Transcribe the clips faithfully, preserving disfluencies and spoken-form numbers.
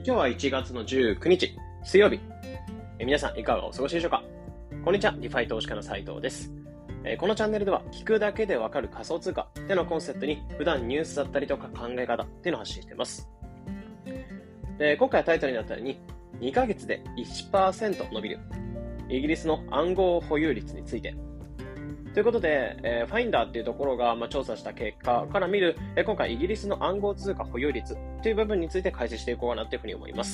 今日はいちがつのじゅうくにち、水曜日。え皆さんいかがお過ごしでしょうか。こんにちは、ディファイ投資家の斉藤です。えこのチャンネルでは、聞くだけでわかる仮想通貨っていうのをコンセプトに、普段ニュースだったりとか考え方っていうのを発信しています。で今回はタイトルになったように、にかげつで いちパーセント 伸びる、イギリスの暗号保有率について。ということで、えー、ファインダーっていうところが、まあ、調査した結果から見る、えー、今回イギリスの暗号通貨保有率という部分について解説していこうかなというふうに思います。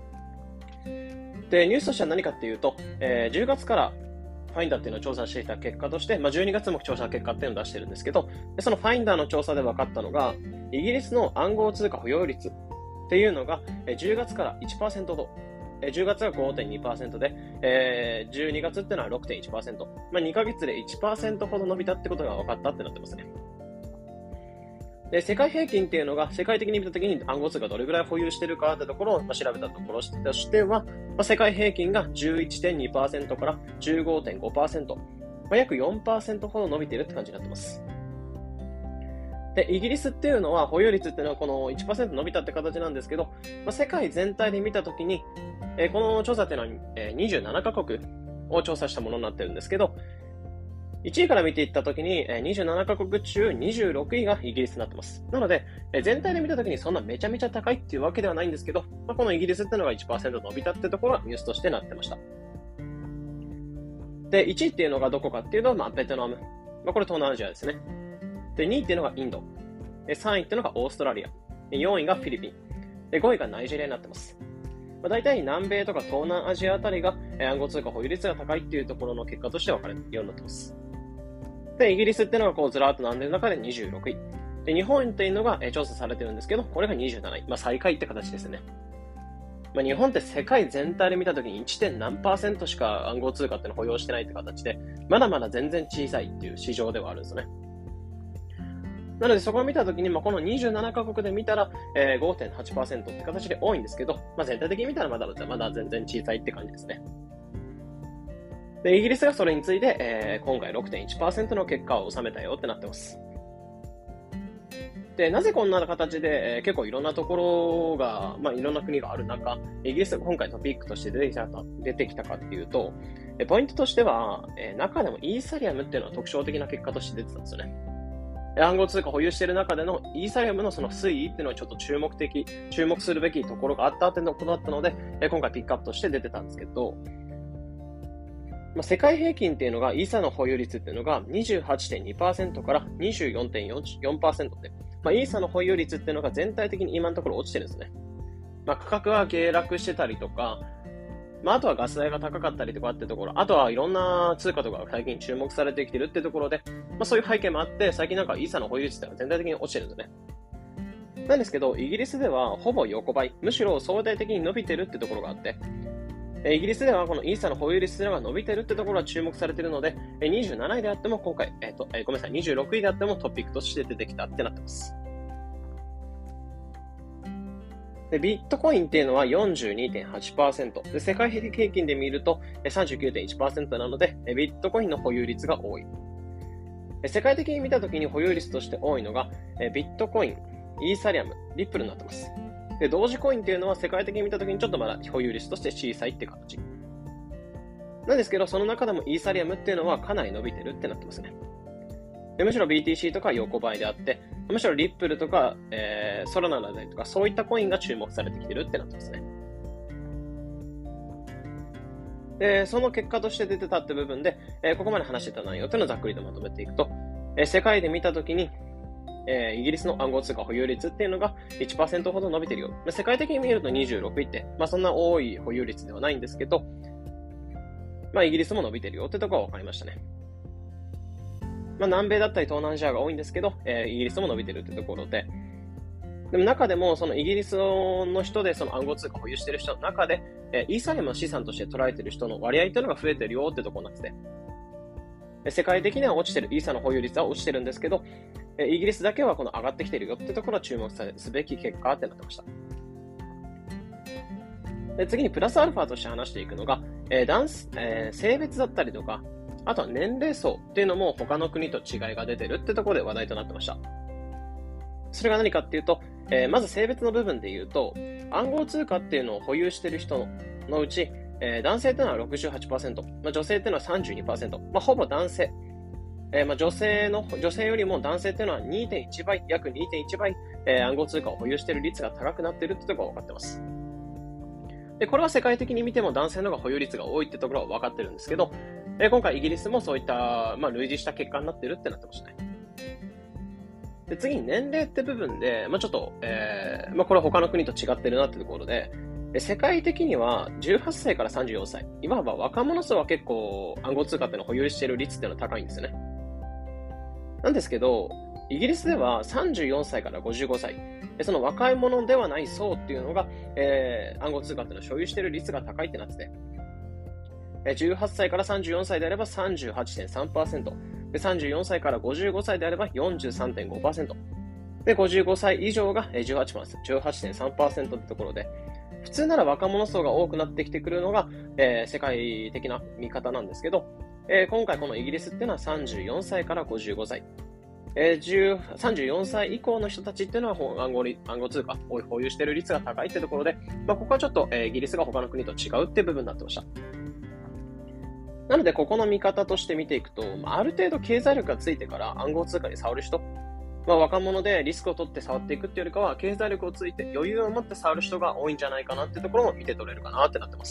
で、ニュースとしては何かっていうと、えー、じゅうがつからファインダーっていうのを調査していた結果として、まあ、じゅうにがつも調査結果っていうのを出してるんですけど、そのファインダーの調査で分かったのが、イギリスの暗号通貨保有率っていうのが、じゅうがつから いちパーセントほど、じゅうがつが ごてんにパーセント で、えー、じゅうにがつっていうのは ろくてんいちパーセント。まあ、にかげつで いちパーセント ほど伸びたってことが分かったってなってますね。で、世界平均っていうのが、世界的に見たときに暗号通貨どれぐらい保有してるかってところを調べたところとしては、まあ、世界平均が じゅういってんにパーセント から じゅうごてんごパーセント。まあ、約 よんパーセント ほど伸びているって感じになってます。で、イギリスっていうのは、保有率っていうのはこの いちパーセント 伸びたって形なんですけど、まあ、世界全体で見たときに、えー、この調査っていうのは、えー、にじゅうななかこくを調査したものになってるんですけど、いちいから見ていったときに、えー、にじゅうななかこく中にじゅうろくいがイギリスになってます。なので、えー、全体で見たときにそんなめちゃめちゃ高いっていうわけではないんですけど、まあ、このイギリスっていうのが いちパーセント 伸びたってところはニュースとしてなってました。で、いちいっていうのがどこかっていうと、まあ、ベトナム。まあ、これ東南アジアですね。で、にいっていうのがインド。さんいっていうのがオーストラリア。よんいがフィリピン。で、ごいがナイジェリアになってます。まあ、大体南米とか東南アジアあたりが暗号通貨保有率が高いっていうところの結果として分かれるようになってます。で、イギリスっていうのがこうずらーっと並んでる中でにじゅうろくい。で、日本っていうのが調査されてるんですけど、これがにじゅうなない。まあ最下位って形ですね。まあ日本って世界全体で見たときに いち. 点何パーセントしか暗号通貨っていうのを保有してないって形で、まだまだ全然小さいっていう市場ではあるんですよね。なのでそこを見たときに、まあ、このにじゅうななかこくで見たら、えー、ごてんはちパーセント って形で多いんですけど、まあ、全体的に見たらまだまだ全然小さいって感じですね。で、イギリスがそれについて、えー、今回 ろくてんいちパーセント の結果を収めたよってなってます。で、なぜこんな形で、えー、結構いろんなところが、まあ、いろんな国がある中、イギリスが今回トピックとして出てきたか、出てきたかっていうと、えポイントとしては、えー、中でもイーサリアムっていうのは特徴的な結果として出てたんですよね。暗号通貨保有している中でのイーサリアムのその推移っていうのはちょっと注目的、注目するべきところがあったっていうことだったので、今回ピックアップとして出てたんですけど、まあ、世界平均っていうのが、イーサの保有率っていうのが にじゅうはちてんにパーセント から にじゅうよんてんよんパーセント で、まあ、イーサの保有率っていうのが全体的に今のところ落ちてるんですね。まあ、価格は下落してたりとか、まあ、あとはガス代が高かったりとかってところ、あとはいろんな通貨とかが最近注目されてきてるってところで、まあ、そういう背景もあって、最近なんかイーサの保有率ってのは全体的に落ちてるんですよね。なんですけど、イギリスではほぼ横ばい、むしろ相対的に伸びてるってところがあって、イギリスではこのイーサの保有率っていうのが伸びてるってところは注目されているので、にじゅうなないであっても今回、えっと、えごめんなさい、にじゅうろくいであってもトピックとして出てきたってなってます。で、ビットコインっていうのは よんじゅうにてんはちパーセント。で、世界平均で見ると さんじゅうきゅうてんいちパーセント なので、ビットコインの保有率が多い。世界的に見たときに保有率として多いのが、ビットコイン、イーサリアム、リップルになってます。で、同時コインっていうのは世界的に見たときにちょっとまだ保有率として小さいって形。なんですけど、その中でもイーサリアムっていうのはかなり伸びてるってなってますね。でむしろ ビーティーシー とか横ばいであって、むしろリップルとか、えー、ソラナだったりとか、そういったコインが注目されてきてるってなってますね。で、その結果として出てたって部分で、えー、ここまで話してた内容というのをざっくりとまとめていくと、えー、世界で見たときに、えー、イギリスの暗号通貨保有率っていうのが いちパーセント ほど伸びてるよ。世界的に見るとにじゅうろくいって、まあそんな多い保有率ではないんですけど、まあイギリスも伸びてるよってところが分かりましたね。まあ、南米だったり東南アジアが多いんですけど、えー、イギリスも伸びてるってところで、でも中でもそのイギリスの人でその暗号通貨保有している人の中で、えー、イーサリアムの資産として捉えている人の割合というのが増えてるよってところになってて、世界的には落ちてる、イーサの保有率は落ちてるんですけど、えー、イギリスだけはこの上がってきてるよってところは注目すべき結果ってなってました。で次にプラスアルファとして話していくのが、えーダンスえー、性別だったりとか、あとは年齢層っていうのも他の国と違いが出てるってところで話題となってました。それが何かっていうと、えー、まず性別の部分で言うと、 暗号通貨っていうのを保有している人のうち、えー、男性っていうのは ろくじゅうはちパーセント、まあ、女性っていうのは さんじゅうにパーセント、まあ、ほぼ男性。えーまあ、女性の、女性よりも男性っていうのは にてんいち 倍、約 にてんいち 倍、えー、暗号通貨を保有している率が高くなっているってところが分かってます。で、これは世界的に見ても男性の方が保有率が多いってところは分かってるんですけど、えー、今回イギリスもそういった、まあ、類似した結果になっているってなってましたね。で、次に年齢って部分で、まあ、ちょっと、えーまあ、これは他の国と違ってるなってところで、世界的にはじゅうはっさいからさんじゅうよんさい、いわば若者層は結構暗号通貨っていうのを保有している率っていうのは高いんですよね。なんですけど、イギリスではさんじゅうよんさいからごじゅうごさい、その若い者ではない層っていうのが、えー、暗号通貨っていうのを所有している率が高いってなってて、じゅうはっさいからさんじゅうよんさいであれば さんじゅうはちてんさんパーセント、でさんじゅうよんさいからごじゅうごさいであれば よんじゅうさんてんごパーセント、でごじゅうごさい以上が じゅうはちてんさんパーセント ってところで、普通なら若者層が多くなってきてくるのが、えー、世界的な見方なんですけど、えー、今回このイギリスっていうのはさんじゅうよんさいからごじゅうごさい、えー、さんじゅうよんさい以降の人たちっていうのは暗号、暗号通貨を保有している率が高いってところで、まあ、ここはちょっと、えー、イギリスが他の国と違うって部分になってました。なのでここの見方として見ていくと、ある程度経済力がついてから暗号通貨に触る人、まあ、若者でリスクを取って触っていくっていうよりかは、経済力をついて余裕を持って触る人が多いんじゃないかなってところも見て取れるかなってなってます。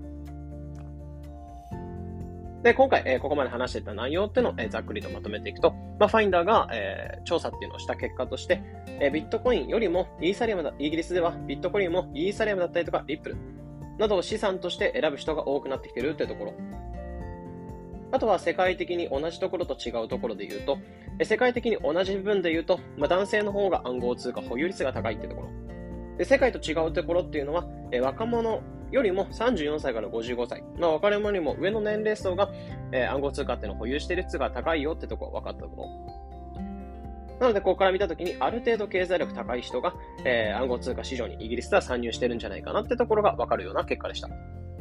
で、今回、えー、ここまで話していた内容っていうのを、えー、ざっくりとまとめていくと、まあ、ファインダーが、えー、調査っていうのをした結果として、えー、ビットコインよりもイーサリアムだ、イギリスではビットコインもイーサリアムだったりとかリップルなどを資産として選ぶ人が多くなってきているっていうところ。あとは世界的に同じところと違うところで言うと、世界的に同じ部分で言うと、まあ、男性の方が暗号通貨保有率が高いってところ。で、世界と違うところっていうのは、え若者よりもさんじゅうよんさいからごじゅうごさい、まあ、若者よりも上の年齢層が、えー、暗号通貨っていうのを保有している率が高いよってところが分かったところ。なので、ここから見たときに、ある程度経済力高い人が、えー、暗号通貨市場にイギリスでは参入してるんじゃないかなってところが分かるような結果でした。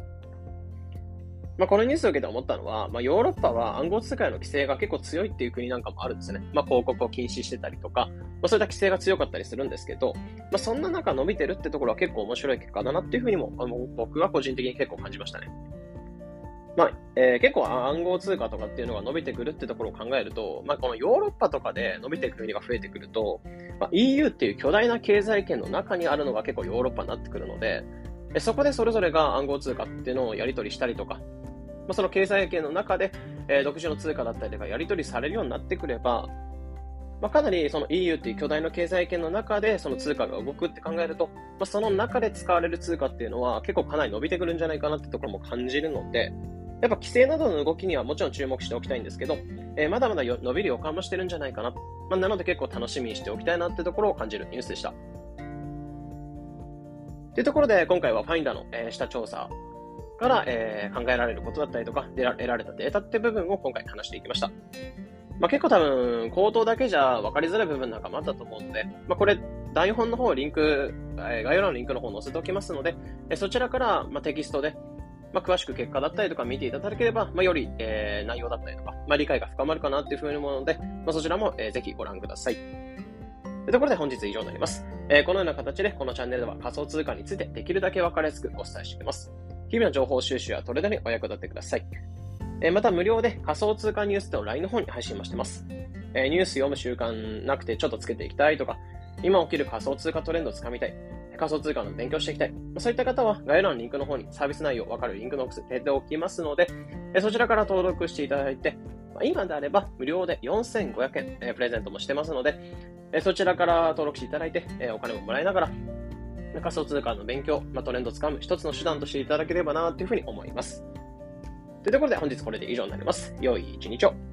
まあ、このニュースを受けて思ったのは、まあ、ヨーロッパは暗号通貨への規制が結構強いっていう国なんかもあるんですね。まあ、広告を禁止してたりとか、まあ、そういった規制が強かったりするんですけど、まあ、そんな中伸びてるってところは結構面白い結果だなっていうふうにも、あの僕は個人的に結構感じましたね。まあえー、結構暗号通貨とかっていうのが伸びてくるってところを考えると、まあ、このヨーロッパとかで伸びていく国が増えてくると、まあ、イーユー っていう巨大な経済圏の中にあるのが結構ヨーロッパになってくるので、そこでそれぞれが暗号通貨っていうのをやり取りしたりとか、まあ、その経済圏の中で、えー、独自の通貨だったりとかやり取りされるようになってくれば、まあ、かなりその イーユー っていう巨大な経済圏の中でその通貨が動くって考えると、まあ、その中で使われる通貨っていうのは結構かなり伸びてくるんじゃないかなってところも感じるので、やっぱ規制などの動きにはもちろん注目しておきたいんですけど、えー、まだまだ伸びる予感もしてるんじゃないかな。まあ、なので結構楽しみにしておきたいなってところを感じるニュースでした。というところで今回はファインダーの、えー、した調査から、えー、考えられることだったりとか、得られたデータって部分を今回話していきました。まあ、結構多分、口頭だけじゃ分かりづらい部分なんかもあったと思うので、まあ、これ、台本の方、リンク、概要欄のリンクの方載せておきますので、そちらから、まあ、テキストで、まあ、詳しく結果だったりとか見ていただければ、まあ、より、えー、内容だったりとか、まあ、理解が深まるかなっていうふうに思うので、まあ、そちらも、えー、ぜひご覧ください。というところで本日以上になります。えー、このような形でこのチャンネルでは仮想通貨についてできるだけ分かりやすくお伝えしています。日々の情報収集やトレードにお役立てください。えー、また無料で仮想通貨ニュースと ライン の方に配信もしてます。えー、ニュース読む習慣なくてちょっとつけていきたいとか、今起きる仮想通貨トレンドをつかみたい、仮想通貨の勉強していきたい、そういった方は概要欄のリンクの方にサービス内容分かるリンクの載せておきますので、えー、そちらから登録していただいて、今であれば無料でよんせんごひゃくえん、えー、プレゼントもしてますので、えー、そちらから登録していただいて、えー、お金ももらいながら仮想通貨の勉強、まあ、トレンドをつかむ一つの手段としていただければなというふうに思います。というところで本日これで以上になります。良い一日を。